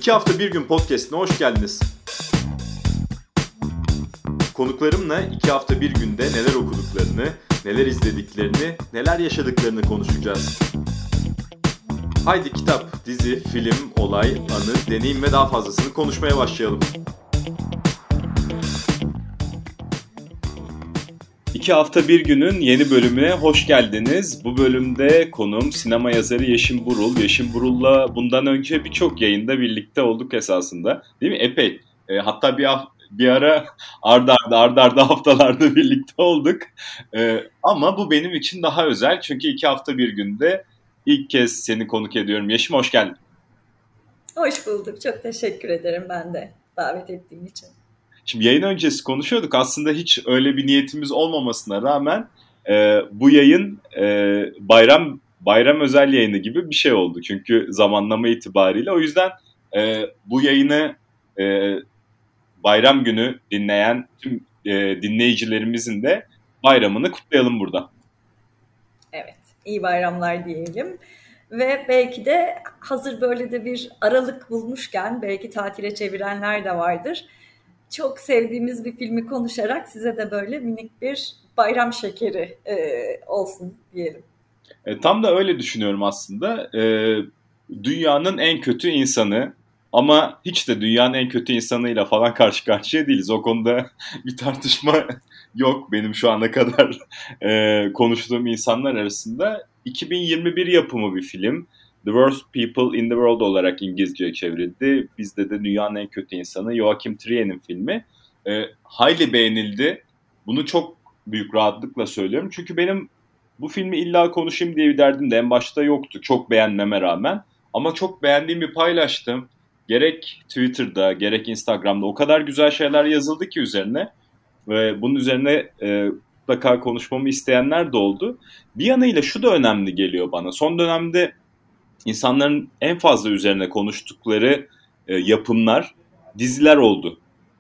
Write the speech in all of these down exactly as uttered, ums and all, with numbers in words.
İki Hafta Bir Gün Podcast'ine hoş geldiniz. Konuklarımla iki hafta bir günde neler okuduklarını, neler izlediklerini, neler yaşadıklarını konuşacağız. Haydi kitap, dizi, film, olay, anı, deneyim ve daha fazlasını konuşmaya başlayalım. İki Hafta Bir Gün'ün yeni bölümüne hoş geldiniz. Bu bölümde konuğum sinema yazarı Yeşim Burul. Yeşim Burul'la bundan önce birçok yayında birlikte olduk esasında. Değil mi? Epey. E, hatta bir bir ara arda arda arda arda haftalarda birlikte olduk. E, ama bu benim için daha özel. Çünkü iki hafta bir günde ilk kez seni konuk ediyorum. Yeşim, hoş geldin. Hoş bulduk. Çok teşekkür ederim ben de davet ettiğin için. Şimdi yayın öncesi konuşuyorduk. Aslında hiç öyle bir niyetimiz olmamasına rağmen e, bu yayın e, bayram bayram özel yayını gibi bir şey oldu. Çünkü zamanlama itibariyle. O yüzden e, bu yayını e, bayram günü dinleyen tüm e, dinleyicilerimizin de bayramını kutlayalım burada. Evet, iyi bayramlar diyelim. Ve belki de hazır böyle de bir aralık bulmuşken belki tatile çevirenler de vardır. Çok sevdiğimiz bir filmi konuşarak size de böyle minik bir bayram şekeri e, olsun diyelim. E, tam da öyle düşünüyorum aslında. E, dünyanın en kötü insanı ama hiç de dünyanın en kötü insanıyla falan karşı karşıya değiliz. O konuda bir tartışma yok benim şu ana kadar e, konuştuğum insanlar arasında. iki bin yirmi bir yapımı bir film. The Worst People in the World olarak İngilizce'ye çevrildi. Bizde de dünyanın en kötü insanı Joachim Trier'in filmi. E, hayli beğenildi. Bunu çok büyük rahatlıkla söylüyorum. Çünkü benim bu filmi illa konuşayım diye bir derdim de en başta yoktu. Çok beğenmeme rağmen. Ama çok beğendiğimi paylaştım. Gerek Twitter'da gerek Instagram'da o kadar güzel şeyler yazıldı ki üzerine. Ve bunun üzerine e, mutlaka konuşmamı isteyenler de oldu. Bir yanıyla şu da önemli geliyor bana. Son dönemde insanların en fazla üzerine konuştukları e, yapımlar diziler oldu.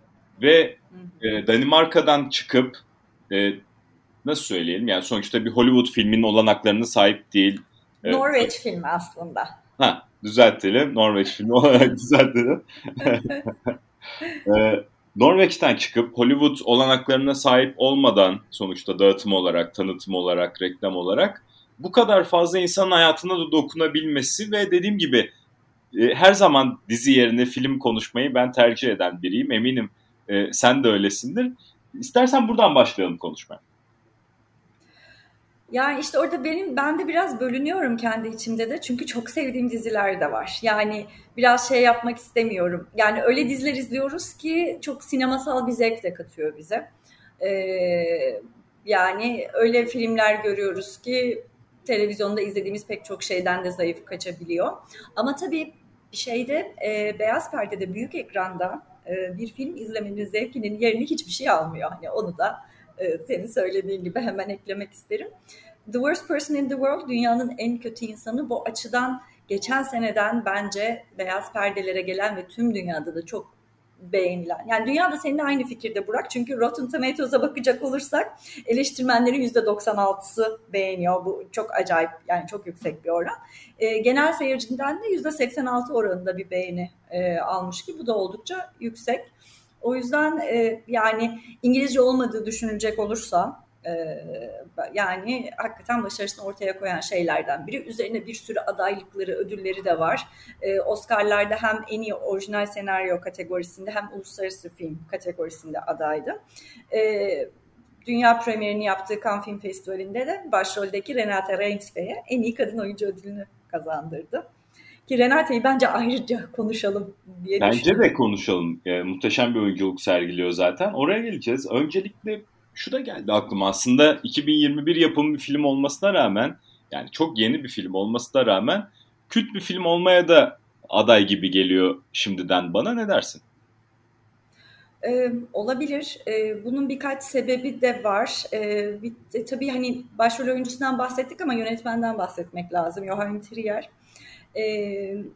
Ve e, Danimarka'dan çıkıp e, nasıl söyleyelim, yani sonuçta bir Hollywood filminin olanaklarına sahip değil. E, Norveç e, filmi aslında. Ha, düzeltelim. Norveç filmi olarak düzeltelim. e, Norveç'ten çıkıp Hollywood olanaklarına sahip olmadan sonuçta dağıtım olarak, tanıtım olarak, reklam olarak bu kadar fazla insanın hayatına da dokunabilmesi ve dediğim gibi e, her zaman dizi yerine film konuşmayı ben tercih eden biriyim. Eminim e, sen de öylesindir. İstersen buradan başlayalım konuşmaya. Yani işte orada benim ben de biraz bölünüyorum kendi içimde de. Çünkü çok sevdiğim diziler de var. Yani biraz şey yapmak istemiyorum. Yani öyle diziler izliyoruz ki çok sinemasal bir zevk de katıyor bize. Ee, yani öyle filmler görüyoruz ki televizyonda izlediğimiz pek çok şeyden de zayıf kaçabiliyor. Ama tabii bir şeyde e, beyaz perdede, büyük ekranda e, bir film izlemenin zevkinin yerini hiçbir şey almıyor. Hani onu da e, senin söylediğin gibi hemen eklemek isterim. The Worst Person in the World, dünyanın en kötü insanı. Bu açıdan geçen seneden bence beyaz perdelere gelen ve tüm dünyada da çok beğenilen. Yani dünyada seninle aynı fikirde Burak. Çünkü Rotten Tomatoes'a bakacak olursak eleştirmenlerin yüzde doksan altısı beğeniyor. Bu çok acayip, yani çok yüksek bir oran. E, genel seyirciden de yüzde seksen altı oranında bir beğeni e, almış ki bu da oldukça yüksek. O yüzden e, yani İngilizce olmadığı düşünülecek olursa e, yani hakikaten başarısını ortaya koyan şeylerden biri. Üzerine bir sürü adaylıkları, ödülleri de var. E, Oscar'larda hem en iyi orijinal senaryo kategorisinde hem uluslararası film kategorisinde adaydı. E, Dünya premierini yaptığı Cannes Film Festivali'nde de başroldeki Renate Reinsve'ye en iyi kadın oyuncu ödülünü kazandırdı. Ki Renate'yi bence ayrıca konuşalım diye Bence düşünüyorum. de konuşalım. E, muhteşem bir oyunculuk sergiliyor zaten. Oraya geleceğiz. Öncelikle şu da geldi aklıma. Aslında iki bin yirmi bir yapımı bir film olmasına rağmen, yani çok yeni bir film olmasına rağmen kült bir film olmaya da aday gibi geliyor şimdiden bana. Ne dersin? Ee, olabilir. Ee, bunun birkaç sebebi de var. Ee, bir, e, tabii hani başrol oyuncusundan bahsettik ama yönetmenden bahsetmek lazım. Joachim Trier. Ee,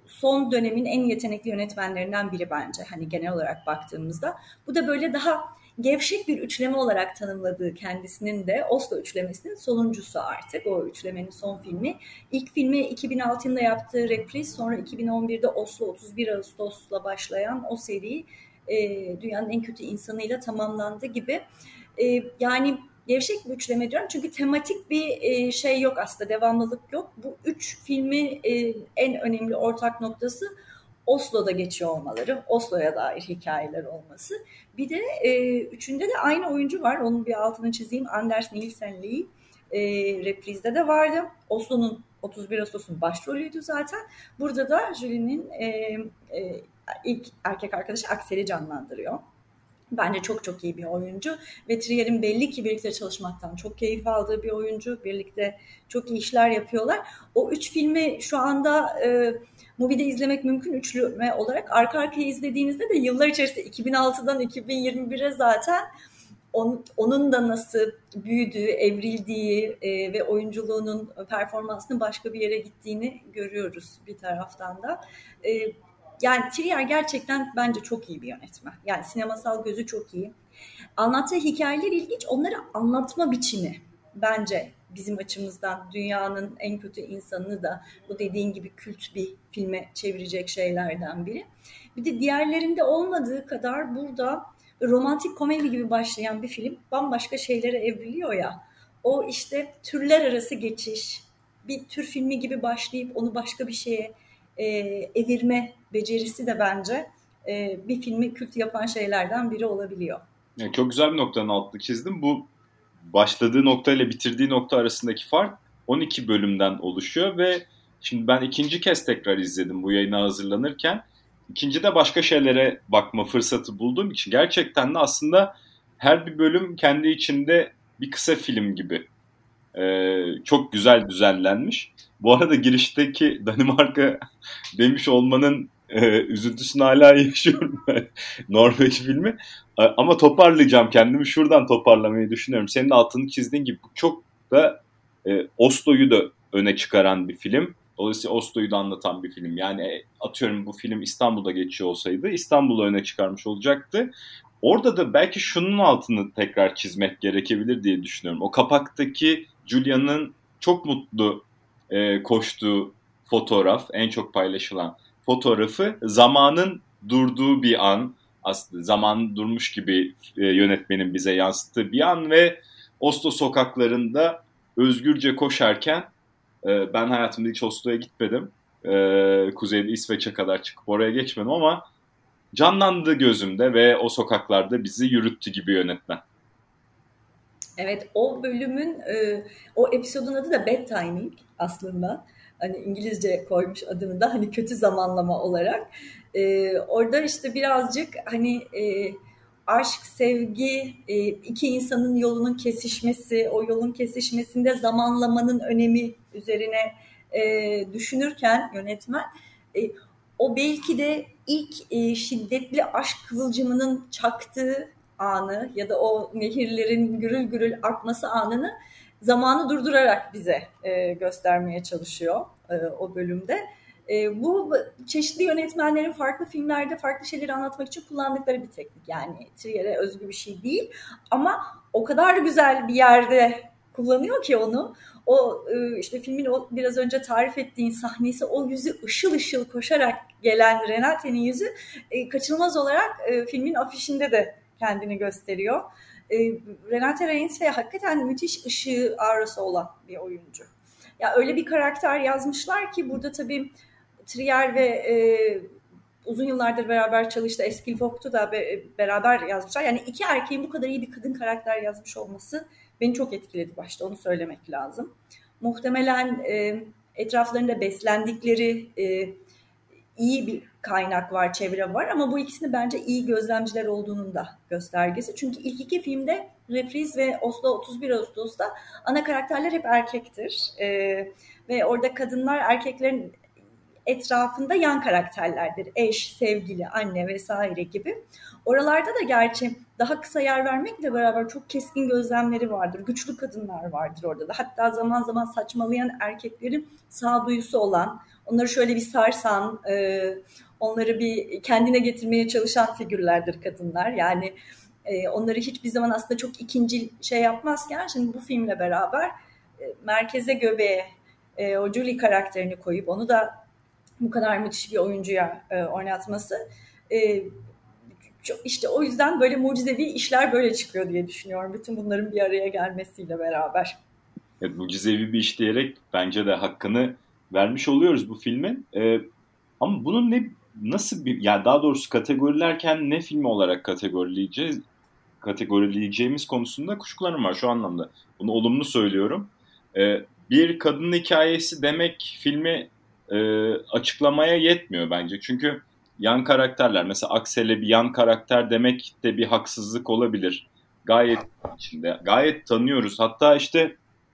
son dönemin en yetenekli yönetmenlerinden biri bence. Hani genel olarak baktığımızda. Bu da böyle daha gevşek bir üçleme olarak tanımladığı kendisinin de Oslo üçlemesinin sonuncusu artık. O üçlemenin son filmi. İlk filmi iki bin altı yılında yaptığı Reprise, sonra iki bin on birde Oslo otuz bir Ağustos'la başlayan o seri e, dünyanın en kötü insanıyla tamamlandı gibi. E, yani gevşek bir üçleme diyorum çünkü tematik bir e, şey yok aslında, devamlılık yok. Bu üç filmi e, en önemli ortak noktası Oslo'da geçiyor olmaları, Oslo'ya dair hikayeler olması. Bir de e, üçünde de aynı oyuncu var, onun bir altını çizeyim. Anders Nielsen Lee e, Reprise'de de vardı. Oslo'nun otuz bir Ağustos'un başrolüydü zaten. Burada da Julie'nin e, e, ilk erkek arkadaşı Aksel'i canlandırıyor. Bence çok çok iyi bir oyuncu ve Trier'in belli ki birlikte çalışmaktan çok keyif aldığı bir oyuncu. Birlikte çok iyi işler yapıyorlar. O üç filmi şu anda e, Mubi'de izlemek mümkün üçlüme olarak. Arka arkaya izlediğinizde de yıllar içerisinde iki bin altıdan iki bin yirmi bire zaten on, onun da nasıl büyüdüğü, evrildiği e, ve oyunculuğunun, performansının başka bir yere gittiğini görüyoruz bir taraftan da. E, Yani Trier gerçekten bence çok iyi bir yönetmen. Yani sinemasal gözü çok iyi. Anlattığı hikayeler ilginç. Onları anlatma biçimi bence bizim açımızdan dünyanın en kötü insanını da bu dediğin gibi kült bir filme çevirecek şeylerden biri. Bir de diğerlerinde olmadığı kadar burada romantik komedi gibi başlayan bir film bambaşka şeylere evriliyor ya. O işte türler arası geçiş, bir tür filmi gibi başlayıp onu başka bir şeye e, evirme becerisi de bence e, bir filmi kült yapan şeylerden biri olabiliyor. Yani çok güzel bir noktanın altını çizdim. Bu başladığı nokta ile bitirdiği nokta arasındaki fark on iki bölümden oluşuyor ve şimdi ben ikinci kez tekrar izledim bu yayına hazırlanırken. İkincide başka şeylere bakma fırsatı bulduğum için gerçekten de aslında her bir bölüm kendi içinde bir kısa film gibi. Ee, çok güzel düzenlenmiş. Bu arada girişteki Danimarka demiş olmanın e, üzüntüsünü hala yaşıyorum ben. Norveç filmi. E, ama toparlayacağım kendimi. Şuradan toparlamayı düşünüyorum. Senin altını çizdiğin gibi çok da e, Oslo'yu da öne çıkaran bir film. Dolayısıyla Oslo'yu da anlatan bir film. Yani e, atıyorum bu film İstanbul'da geçiyor olsaydı İstanbul'u öne çıkarmış olacaktı. Orada da belki şunun altını tekrar çizmek gerekebilir diye düşünüyorum. O kapaktaki Julia'nın çok mutlu e, koştuğu fotoğraf, en çok paylaşılan fotoğrafı zamanın durduğu bir an, aslında zaman durmuş gibi e, yönetmenin bize yansıttığı bir an ve Oslo sokaklarında özgürce koşarken e, ben hayatımda hiç Oslo'ya gitmedim. E, Kuzeyde İsveç'e kadar çıkıp oraya geçmedim ama canlandı gözümde ve o sokaklarda bizi yürüttü gibi yönetmen. Evet, o bölümün, e, o episodun adı da Bad Timing aslında. Hani İngilizce koymuş adını da hani kötü zamanlama olarak. E, orada işte birazcık hani e, aşk, sevgi, e, iki insanın yolunun kesişmesi, o yolun kesişmesinde zamanlamanın önemi üzerine e, düşünürken yönetmen, e, o belki de ilk e, şiddetli aşk kıvılcımının çaktığı anı ya da o nehirlerin gürül gürül akması anını zamanı durdurarak bize e, göstermeye çalışıyor e, o bölümde. E, bu çeşitli yönetmenlerin farklı filmlerde farklı şeyleri anlatmak için kullandıkları bir teknik. Yani Trier'e özgü bir şey değil ama o kadar güzel bir yerde kullanıyor ki onu. O e, işte filmin o biraz önce tarif ettiğin sahnesi, o yüzü ışıl ışıl koşarak gelen Renate'nin yüzü e, kaçınılmaz olarak e, filmin afişinde de kendini gösteriyor. E, Renate Reinsve hakikaten müthiş ışığı, aurası olan bir oyuncu. Ya öyle bir karakter yazmışlar ki burada tabii Trier ve e, uzun yıllardır beraber çalıştı Eskil Vogt'u da be, beraber yazmışlar. Yani iki erkeğin bu kadar iyi bir kadın karakter yazmış olması beni çok etkiledi başta, onu söylemek lazım. Muhtemelen e, etraflarında beslendikleri e, iyi bir kaynak var, çevre var ama bu ikisini bence iyi gözlemciler olduğunun da göstergesi. Çünkü ilk iki filmde Reprise ve Oslo otuz bir Ağustos'ta ana karakterler hep erkektir. Ee, ve orada kadınlar erkeklerin etrafında yan karakterlerdir. Eş, sevgili, anne vesaire gibi. Oralarda da gerçi daha kısa yer vermekle beraber çok keskin gözlemleri vardır. Güçlü kadınlar vardır orada da. Hatta zaman zaman saçmalayan erkeklerin sağduyusu olan, onları şöyle bir sarsan, e, onları bir kendine getirmeye çalışan figürlerdir kadınlar. Yani e, onları hiçbir zaman aslında çok ikinci şey yapmazken şimdi bu filmle beraber e, merkeze göbeğe e, o Julie karakterini koyup onu da bu kadar müthiş bir oyuncuya e, oynatması e, çok, işte o yüzden böyle mucizevi işler böyle çıkıyor diye düşünüyorum. Bütün bunların bir araya gelmesiyle beraber. Evet, mucizevi bir iş diyerek bence de hakkını vermiş oluyoruz bu filmin. Ee, ama bunun ne nasıl bir, yani daha doğrusu kategorilerken ne filmi olarak kategorileyeceğiz, kategorileyeceğimiz konusunda kuşkularım var şu anlamda. Bunu olumlu söylüyorum. Ee, bir kadının hikayesi demek filmi e, açıklamaya yetmiyor bence. Çünkü yan karakterler, mesela Aksel'e bir yan karakter demek de bir haksızlık olabilir. Gayet içinde, gayet tanıyoruz. Hatta işte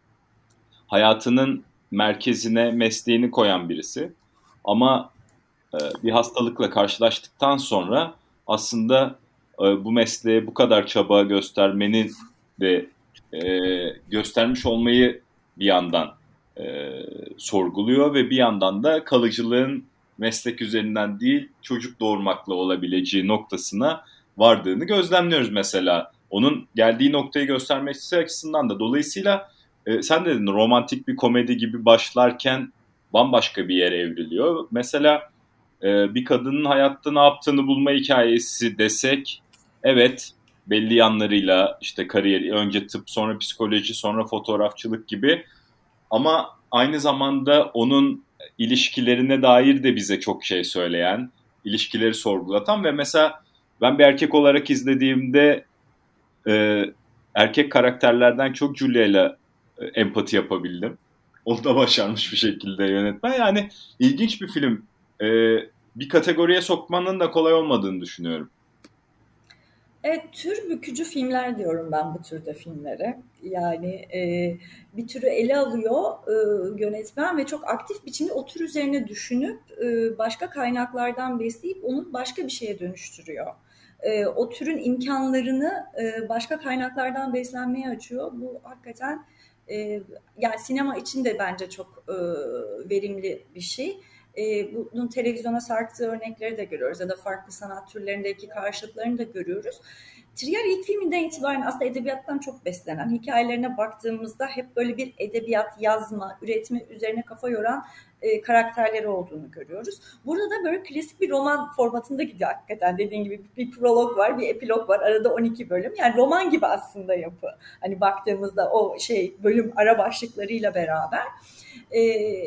hayatının merkezine mesleğini koyan birisi. Ama e, bir hastalıkla karşılaştıktan sonra aslında e, bu mesleğe bu kadar çaba göstermenin ve e, göstermiş olmayı bir yandan e, sorguluyor ve bir yandan da kalıcılığın meslek üzerinden değil çocuk doğurmakla olabileceği noktasına vardığını gözlemliyoruz mesela. Onun geldiği noktayı göstermesi açısından da dolayısıyla e, sen dedin romantik bir komedi gibi başlarken bambaşka bir yere evriliyor. Mesela e, bir kadının hayatta ne yaptığını bulma hikayesi desek, evet belli yanlarıyla işte kariyeri önce tıp sonra psikoloji sonra fotoğrafçılık gibi ama aynı zamanda onun ilişkilerine dair de bize çok şey söyleyen, ilişkileri sorgulatan ve mesela ben bir erkek olarak izlediğimde e, erkek karakterlerden çok Julia'yla e, empati yapabildim. Onu da başarmış bir şekilde yönetmen. Yani ilginç bir film. E, bir kategoriye sokmanın da kolay olmadığını düşünüyorum. Evet, tür bükücü filmler diyorum ben bu türde filmlere. Yani e, bir türü ele alıyor e, yönetmen ve çok aktif biçimde o tür üzerine düşünüp e, başka kaynaklardan besleyip onu başka bir şeye dönüştürüyor. E, o türün imkanlarını e, başka kaynaklardan beslenmeye açıyor. Bu hakikaten e, yani sinema için de bence çok e, verimli bir şey. E, bunun televizyona sarktığı örnekleri de görüyoruz ya da farklı sanat türlerindeki karşılıklarını da görüyoruz. Trier ilk filminden itibaren aslında edebiyattan çok beslenen, hikayelerine baktığımızda hep böyle bir edebiyat, yazma, üretme üzerine kafa yoran e, karakterleri olduğunu görüyoruz. Burada da böyle klasik bir roman formatında gidiyor hakikaten. Dediğin gibi bir prolog var, bir epilog var, arada on iki bölüm. Yani roman gibi aslında yapı. Hani baktığımızda o şey bölüm ara başlıklarıyla beraber. E,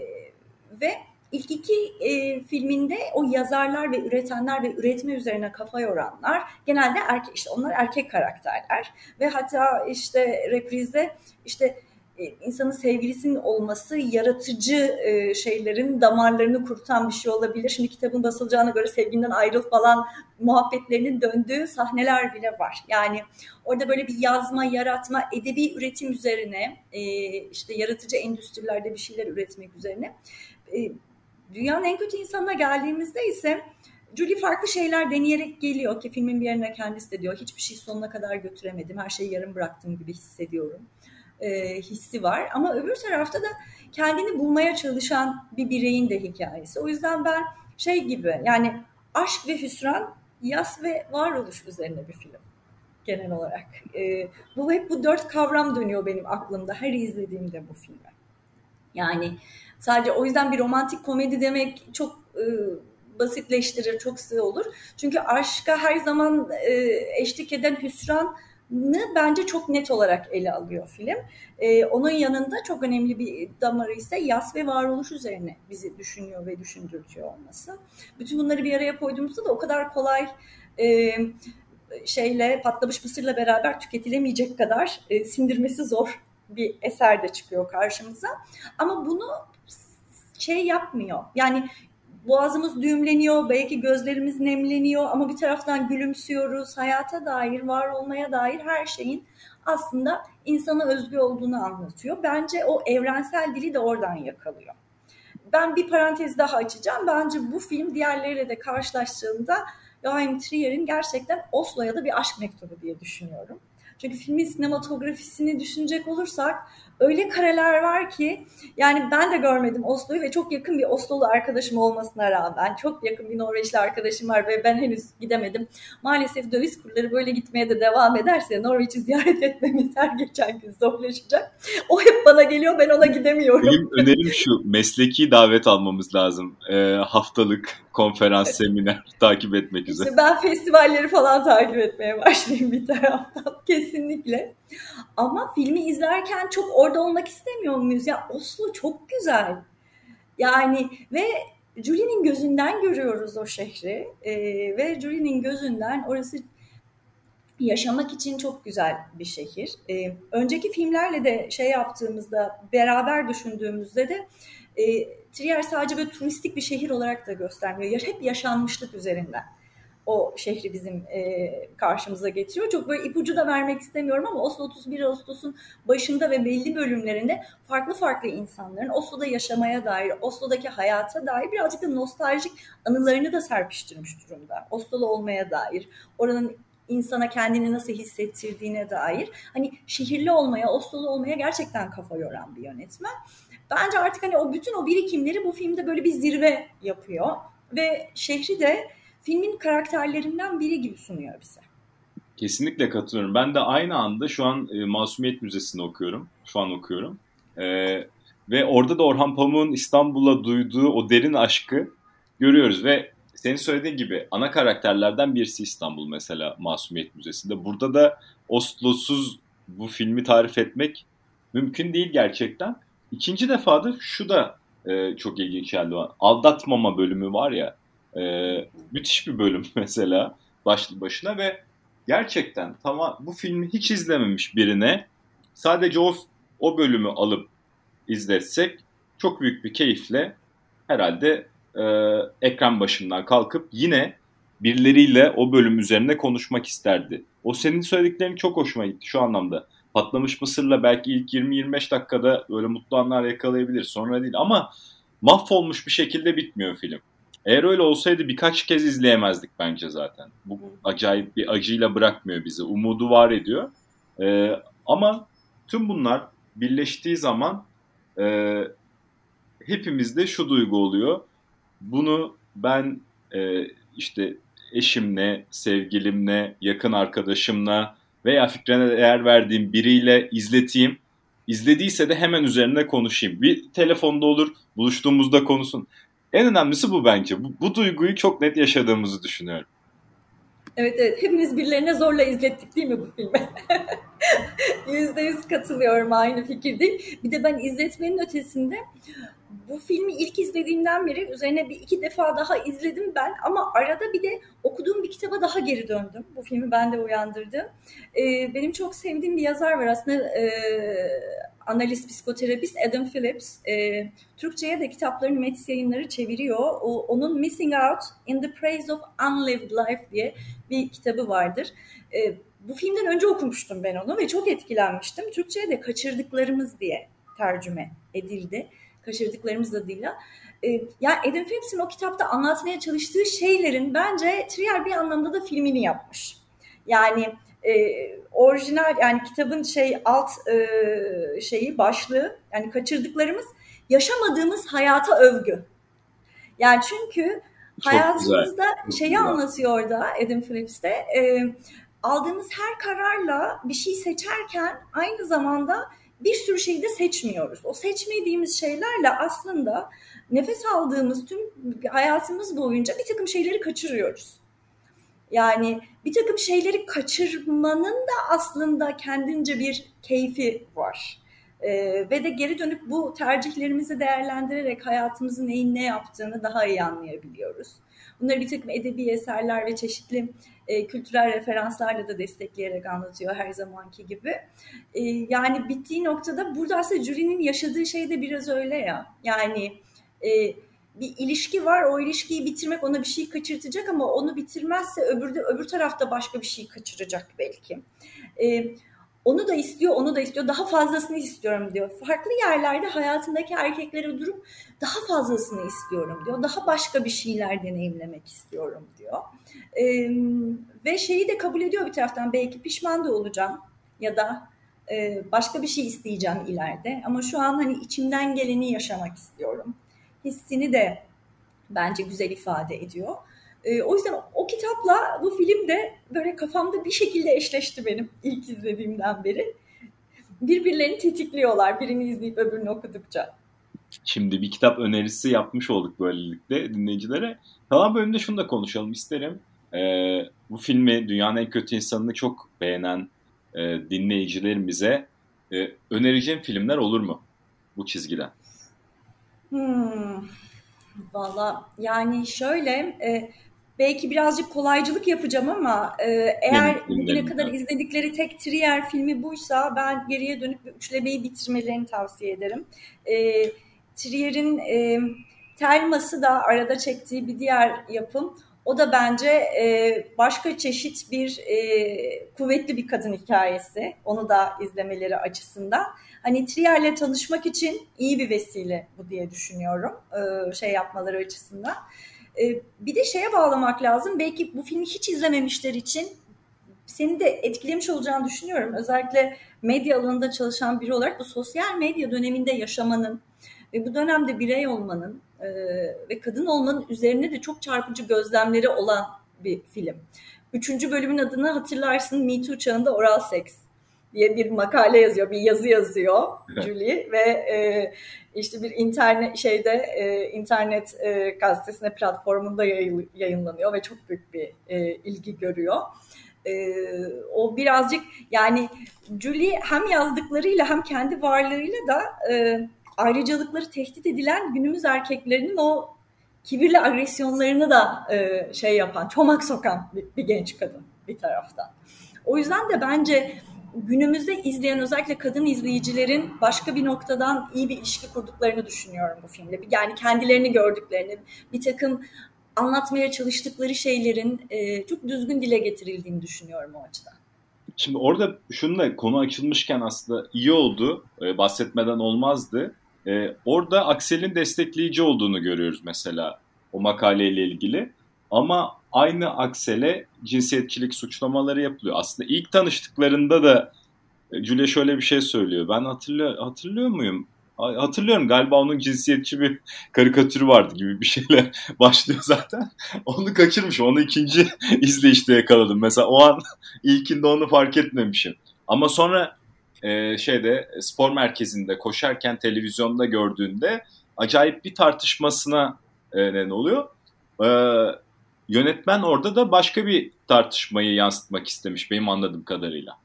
ve İlk iki e, filminde o yazarlar ve üretenler ve üretme üzerine kafa yoranlar genelde erkek, işte onlar erkek karakterler ve hatta işte reprizde işte e, insanın sevgilisinin olması yaratıcı e, şeylerin damarlarını kurutan bir şey olabilir. Şimdi kitabın basılacağına göre sevginden ayrıl falan muhabbetlerinin döndüğü sahneler bile var. Yani orada böyle bir yazma, yaratma, edebi üretim üzerine e, işte yaratıcı endüstrilerde bir şeyler üretmek üzerine e, dünyanın en kötü insanına geldiğimizde ise Julie farklı şeyler deneyerek geliyor ki filmin bir yerine kendisi de diyor hiçbir şey sonuna kadar götüremedim, her şeyi yarım bıraktım gibi hissediyorum e, hissi var. Ama öbür tarafta da kendini bulmaya çalışan bir bireyin de hikayesi. O yüzden ben şey gibi yani aşk ve hüsran, yas ve varoluş üzerine bir film genel olarak. E, bu hep bu dört kavram dönüyor benim aklımda her izlediğimde bu filmi. Yani sadece o yüzden bir romantik komedi demek çok e, basitleştirir, çok sığ olur. Çünkü aşka her zaman e, eşlik eden hüsranı bence çok net olarak ele alıyor film. E, onun yanında çok önemli bir damarı ise yas ve varoluş üzerine bizi düşünüyor ve düşündürtüyor olması. Bütün bunları bir araya koyduğumuzda da o kadar kolay e, şeyle patlamış mısırla beraber tüketilemeyecek kadar e, sindirmesi zor bir eser de çıkıyor karşımıza. Ama bunu şey yapmıyor. Yani boğazımız düğümleniyor, belki gözlerimiz nemleniyor ama bir taraftan gülümsüyoruz. Hayata dair, var olmaya dair her şeyin aslında insana özgü olduğunu anlatıyor. Bence o evrensel dili de oradan yakalıyor. Ben bir parantez daha açacağım. Bence bu film diğerleriyle de karşılaştığında Joachim Trier'in gerçekten Oslo'ya da bir aşk mektubu diye düşünüyorum. Çünkü filmin sinematografisini düşünecek olursak öyle kareler var ki, yani ben de görmedim Oslo'yu ve çok yakın bir Oslolu arkadaşım olmasına rağmen, çok yakın bir Norveçli arkadaşım var ve ben henüz gidemedim. Maalesef döviz kurları böyle gitmeye de devam ederse Norveç'i ziyaret etmemiz her geçen gün zorlaşacak. O hep bana geliyor, ben ona gidemiyorum. Benim önerim şu: mesleki davet almamız lazım. E, haftalık konferans, seminer takip etmek üzere. İşte ben festivalleri falan takip etmeye başlayayım bir taraftan. Kesinlikle. Ama filmi izlerken çok orada olmak istemiyor muyuz? Ya Oslo çok güzel. Yani ve Julie'nin gözünden görüyoruz o şehri. Ee, ve Julie'nin gözünden orası yaşamak için çok güzel bir şehir. Ee, önceki filmlerle de şey yaptığımızda, beraber düşündüğümüzde de e, Trier sadece böyle turistik bir şehir olarak da göstermiyor. Hep yaşanmışlık üzerinden o şehri bizim e, karşımıza getiriyor. Çok böyle ipucu da vermek istemiyorum ama Oslo otuz bir Ağustos'un başında ve belli bölümlerinde farklı farklı insanların Oslo'da yaşamaya dair, Oslo'daki hayata dair birazcık da nostaljik anılarını da serpiştirmiş durumda. Oslo'lu olmaya dair, oranın insana kendini nasıl hissettirdiğine dair. Hani şehirli olmaya, Oslo'lu olmaya gerçekten kafa yoran bir yönetmen. Bence artık hani o bütün o birikimleri bu filmde böyle bir zirve yapıyor ve şehri de filmin karakterlerinden biri gibi sunuyor bize. Kesinlikle katılıyorum. Ben de aynı anda şu an e, Masumiyet Müzesi'ni okuyorum. Şu an okuyorum. E, ve orada da Orhan Pamuk'un İstanbul'a duyduğu o derin aşkı görüyoruz ve senin söylediğin gibi ana karakterlerden birisi İstanbul mesela Masumiyet Müzesi'nde. Burada da Oslo'suz bu filmi tarif etmek mümkün değil gerçekten. İkinci defada şu da e, çok ilginç geldi. Aldatmama bölümü var ya. E, müthiş bir bölüm mesela başlı başına ve gerçekten tamam, bu filmi hiç izlememiş birine sadece o o bölümü alıp izletsek çok büyük bir keyifle herhalde e, ekran başından kalkıp yine birileriyle o bölüm üzerine konuşmak isterdi. O senin söylediklerin çok hoşuma gitti şu anlamda. Patlamış Mısır'la belki ilk yirmi yirmi beş dakikada böyle mutlu anlar yakalayabilir, sonra değil, ama mahvolmuş bir şekilde bitmiyor film. Eğer öyle olsaydı birkaç kez izleyemezdik bence zaten. Bu acayip bir acıyla bırakmıyor bizi. Umudu var ediyor. Ee, ama tüm bunlar birleştiği zaman e, hepimizde şu duygu oluyor. Bunu ben e, işte eşimle, sevgilimle, yakın arkadaşımla veya fikrine değer verdiğim biriyle izleteyim. İzlediyse de hemen üzerine konuşayım. Bir telefonda olur, buluştuğumuzda konuşsun. En önemlisi bu bence. Bu, bu duyguyu çok net yaşadığımızı düşünüyorum. Evet evet. Hepimiz birilerine zorla izlettik değil mi bu filmi? Yüzde yüz katılıyorum. Aynı fikirdeyim. Bir de ben izletmenin ötesinde bu filmi ilk izlediğimden beri üzerine bir iki defa daha izledim ben. Ama arada bir de okuduğum bir kitaba daha geri döndüm. Bu filmi bende uyandırdı. Ee, benim çok sevdiğim bir yazar var aslında. E, analist, psikoterapist Adam Phillips. E, Türkçe'ye de kitaplarını Metis Yayınları çeviriyor. O, onun Missing Out in the Praise of Unlived Life diye bir kitabı vardır. E, bu filmden önce okumuştum ben onu ve çok etkilenmiştim. Türkçe'ye de Kaçırdıklarımız diye tercüme edildi. Kaçırdıklarımız adıyla. E, yani Adam Phillips'in o kitapta anlatmaya çalıştığı şeylerin bence Trier bir anlamda da filmini yapmış. Yani e, orijinal, yani kitabın şey alt e, şeyi başlığı, yani kaçırdıklarımız yaşamadığımız hayata övgü. Yani çünkü çok hayatımızda güzel, şeyi güzel anlatıyor orada Adam Phillips'te. E, aldığımız her kararla bir şey seçerken aynı zamanda bir sürü şeyi de seçmiyoruz. O seçmediğimiz şeylerle aslında nefes aldığımız tüm hayatımız boyunca bir takım şeyleri kaçırıyoruz. Yani bir takım şeyleri kaçırmanın da aslında kendince bir keyfi var. Ee, ve de geri dönüp bu tercihlerimizi değerlendirerek hayatımızın neyin ne yaptığını daha iyi anlayabiliyoruz. Bunları bir takım edebi eserler ve çeşitli e, kültürel referanslarla da destekleyerek anlatıyor her zamanki gibi. E, yani bittiği noktada burada aslında Julie'nin yaşadığı şey de biraz öyle ya. Yani e, bir ilişki var, o ilişkiyi bitirmek ona bir şey kaçırtacak ama onu bitirmezse öbür, de, öbür tarafta başka bir şey kaçıracak belki. E, onu da istiyor, onu da istiyor, daha fazlasını istiyorum diyor. Farklı yerlerde hayatındaki erkeklere durup daha fazlasını istiyorum diyor. Daha başka bir şeyler deneyimlemek istiyorum diyor. E, ve şeyi de kabul ediyor bir taraftan, belki pişman da olacağım. ya da e, başka bir şey isteyeceğim ileride. Ama şu an hani içimden geleni yaşamak istiyorum. Hissini de bence güzel ifade ediyor. E, o yüzden o kitapla bu film de böyle kafamda bir şekilde eşleşti benim ilk izlediğimden beri. Birbirlerini tetikliyorlar birini izleyip öbürünü okudukça. Şimdi bir kitap önerisi yapmış olduk böylelikle dinleyicilere. Kalan bölümde şunu da konuşalım isterim. Ee, bu filmi Dünyanın En Kötü İnsanı'nı çok beğenen e, dinleyicilerimize e, önereceğim filmler olur mu bu çizgiden? Hmm, Valla yani şöyle e, belki birazcık kolaycılık yapacağım ama e, eğer Benim bugüne filmlerim. kadar izledikleri tek Trier filmi buysa ben geriye dönüp bir üçlemeyi bitirmelerini tavsiye ederim. E, Trier'in e, Telmas'ı da arada çektiği bir diğer yapım. O da bence e, başka çeşit bir e, kuvvetli bir kadın hikayesi. Onu da izlemeleri açısından. Hani Trier'le tanışmak için iyi bir vesile bu diye düşünüyorum. E, şey yapmaları açısından. E, bir de şeye bağlamak lazım. Belki bu filmi hiç izlememişler için seni de etkilemiş olacağını düşünüyorum. Özellikle medya alanında çalışan biri olarak bu sosyal medya döneminde yaşamanın ve bu dönemde birey olmanın e, ve kadın olmanın üzerine de çok çarpıcı gözlemleri olan bir film. Üçüncü bölümün adını hatırlarsın, Me Too çağında oral seks diye bir makale yazıyor, bir yazı yazıyor Julie ve e, işte bir internet şeyde e, internet e, gazetesine platformunda yayınlanıyor ve çok büyük bir e, ilgi görüyor. Ee, o birazcık yani Julie hem yazdıklarıyla hem kendi varlığıyla da e, ayrıcalıkları tehdit edilen günümüz erkeklerinin o kibirli agresyonlarını da e, şey yapan, çomak sokan bir, bir genç kadın bir taraftan. O yüzden de bence günümüzde izleyen özellikle kadın izleyicilerin başka bir noktadan iyi bir ilişki kurduklarını düşünüyorum bu filmde. Yani kendilerini gördüklerini, bir takım anlatmaya çalıştıkları şeylerin e, çok düzgün dile getirildiğini düşünüyorum o açıdan. Şimdi orada şununla konu açılmışken aslında iyi oldu. E, bahsetmeden olmazdı. E, orada Aksel'in destekleyici olduğunu görüyoruz mesela o makaleyle ilgili. Ama aynı Aksel'e cinsiyetçilik suçlamaları yapılıyor. Aslında ilk tanıştıklarında da e, Julia şöyle bir şey söylüyor. Ben hatırlıyor, hatırlıyor muyum? Hatırlıyorum, galiba onun cinsiyetçi bir karikatürü vardı gibi bir şeyle başlıyor zaten. Onu kaçırmışım. Onu ikinci izleyişte yakaladım. Mesela o an ilkinde onu fark etmemişim. Ama sonra e, şeyde spor merkezinde koşarken televizyonda gördüğünde acayip bir tartışmasına e, neden oluyor. E, yönetmen orada da başka bir tartışmayı yansıtmak istemiş benim anladığım kadarıyla.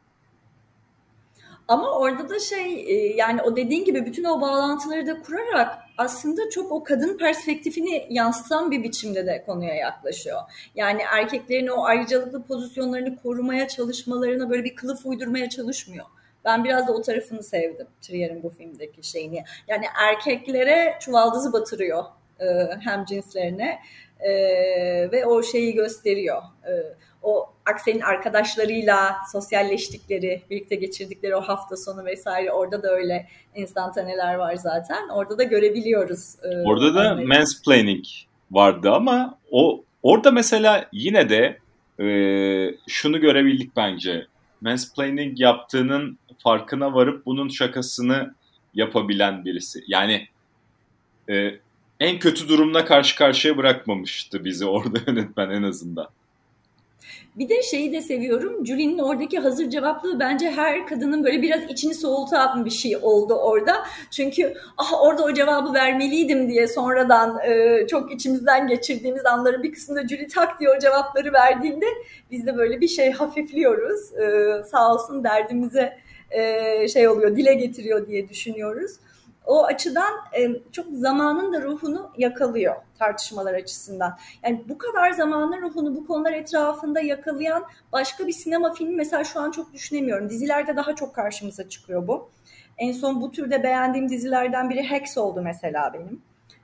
Ama orada da şey yani o dediğin gibi bütün o bağlantıları da kurarak aslında çok o kadın perspektifini yansıtan bir biçimde de konuya yaklaşıyor. Yani erkeklerin o ayrıcalıklı pozisyonlarını korumaya çalışmalarına böyle bir kılıf uydurmaya çalışmıyor. Ben biraz da o tarafını sevdim Trier'in bu filmdeki şeyini. Yani erkeklere çuvaldızı batırıyor hem cinslerine ve o şeyi gösteriyor. O Aksel'in arkadaşlarıyla sosyalleştikleri, birlikte geçirdikleri o hafta sonu vesaire, orada da öyle enstantaneler var zaten. Orada da görebiliyoruz. E, orada da onları. Mansplaining vardı ama o orada mesela yine de e, şunu görebildik bence. Mansplaining yaptığının farkına varıp bunun şakasını yapabilen birisi. Yani e, en kötü durumla karşı karşıya bırakmamıştı bizi orada yönetmen en azından. Bir de şeyi de seviyorum. Julie'nin oradaki hazır cevaplığı bence her kadının böyle biraz içini soğutan bir şey oldu orada. Çünkü ah orada o cevabı vermeliydim diye sonradan e, çok içimizden geçirdiğimiz anların bir kısmında Julie tak diye o cevapları verdiğinde biz de böyle bir şey hafifliyoruz. E, sağ olsun derdimize e, şey oluyor, dile getiriyor diye düşünüyoruz. O açıdan e, çok zamanın da ruhunu yakalıyor tartışmalar açısından. Yani bu kadar zamanın ruhunu bu konular etrafında yakalayan başka bir sinema filmi mesela şu an çok düşünemiyorum. Dizilerde daha çok karşımıza çıkıyor bu. En son bu türde beğendiğim dizilerden biri Hacks oldu mesela benim.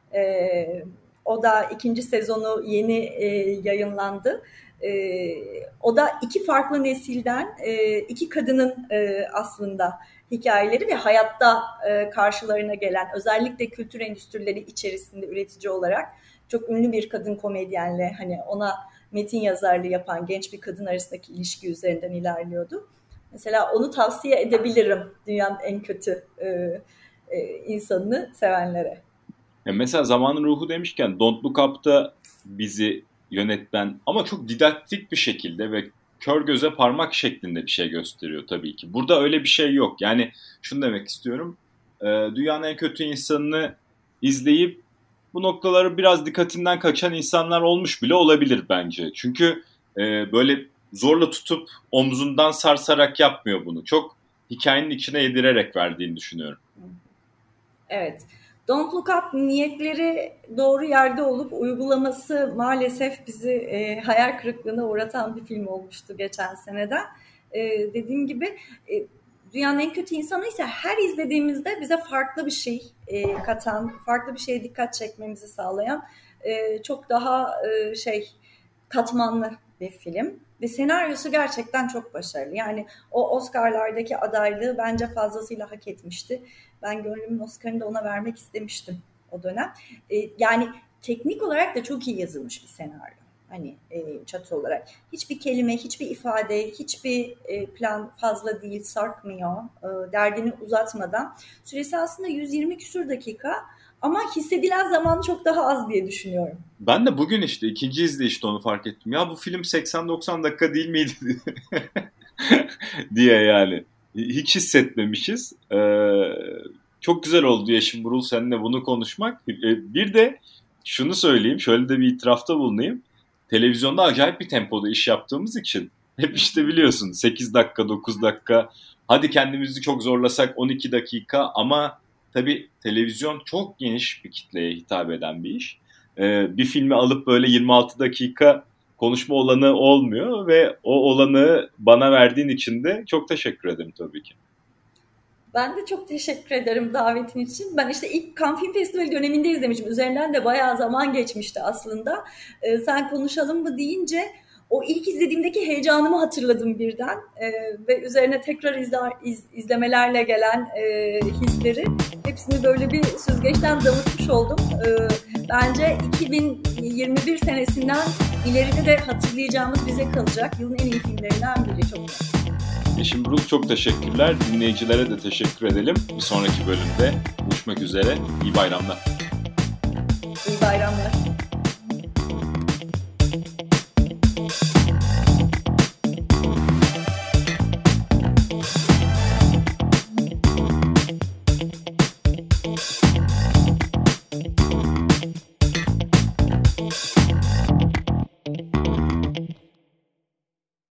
E, o da ikinci sezonu yeni e, yayınlandı. E, o da iki farklı nesilden e, iki kadının e, aslında hikayeleri ve hayatta e, karşılarına gelen özellikle kültür endüstrileri içerisinde üretici olarak çok ünlü bir kadın komedyenle hani ona metin yazarlığı yapan genç bir kadın arasındaki ilişki üzerinden ilerliyordu. Mesela onu tavsiye edebilirim dünyanın en kötü e, e, insanını sevenlere. Ya mesela Zamanın Ruhu demişken Don't Look Up'ta bizi yönetmen ama çok didaktik bir şekilde ve kör göze parmak şeklinde bir şey gösteriyor tabii ki. Burada öyle bir şey yok. Yani şunu demek istiyorum. E, dünyanın en kötü insanını izleyip bu noktaları biraz dikkatinden kaçan insanlar olmuş bile olabilir bence. Çünkü e, böyle zorla tutup omzundan sarsarak yapmıyor bunu. Çok hikayenin içine yedirerek verdiğini düşünüyorum. Evet. Don't Look Up niyetleri doğru yerde olup uygulaması maalesef bizi e, hayal kırıklığına uğratan bir film olmuştu geçen seneden. E, dediğim gibi e, dünyanın en kötü insanı ise her izlediğimizde bize farklı bir şey e, katan, farklı bir şeye dikkat çekmemizi sağlayan e, çok daha e, şey katmanlı bir film. Ve senaryosu gerçekten çok başarılı. Yani o Oscar'lardaki adaylığı bence fazlasıyla hak etmişti. Ben gönlümün Oscar'ını da ona vermek istemiştim o dönem. E, yani teknik olarak da çok iyi yazılmış bir senaryo. Hani e, çatı olarak. Hiçbir kelime, hiçbir ifade, hiçbir e, plan fazla değil, sarkmıyor. E, derdini uzatmadan. Süresi aslında yüz yirmi küsur dakika. Ama hissedilen zaman çok daha az diye düşünüyorum. Ben de bugün işte ikinci izleyişte onu fark ettim. Ya bu film seksen doksan dakika değil miydi diye yani. Hiç hissetmemişiz. Ee, çok güzel oldu Yeşim Burul seninle bunu konuşmak. Bir de şunu söyleyeyim, şöyle de bir itirafta bulunayım. Televizyonda acayip bir tempoda iş yaptığımız için hep işte biliyorsun sekiz dakika, dokuz dakika. Hadi kendimizi çok zorlasak on iki dakika ama tabii televizyon çok geniş bir kitleye hitap eden bir iş. Ee, bir filmi alıp böyle yirmi altı dakika konuşma olanı olmuyor ve o olanı bana verdiğin için de çok teşekkür ederim tabii ki. Ben de çok teşekkür ederim davetin için. Ben işte ilk Cannes Film Festivali döneminde izlemişim. Üzerinden de bayağı zaman geçmişti aslında. Ee, sen konuşalım mı deyince o ilk izlediğimdeki heyecanımı hatırladım birden. Ee, ve üzerine tekrar izle, iz, izlemelerle gelen e, hisleri hepsini böyle bir süzgeçten damıtmış oldum. Ee, bence iki bin yirmi bir senesinden ileride de hatırlayacağımız bize kalacak yılın en iyi filmlerinden biri çok. Yeşim Burul çok teşekkürler. Dinleyicilere de teşekkür edelim. Bir sonraki bölümde buluşmak üzere. İyi bayramlar. İyi bayramlar.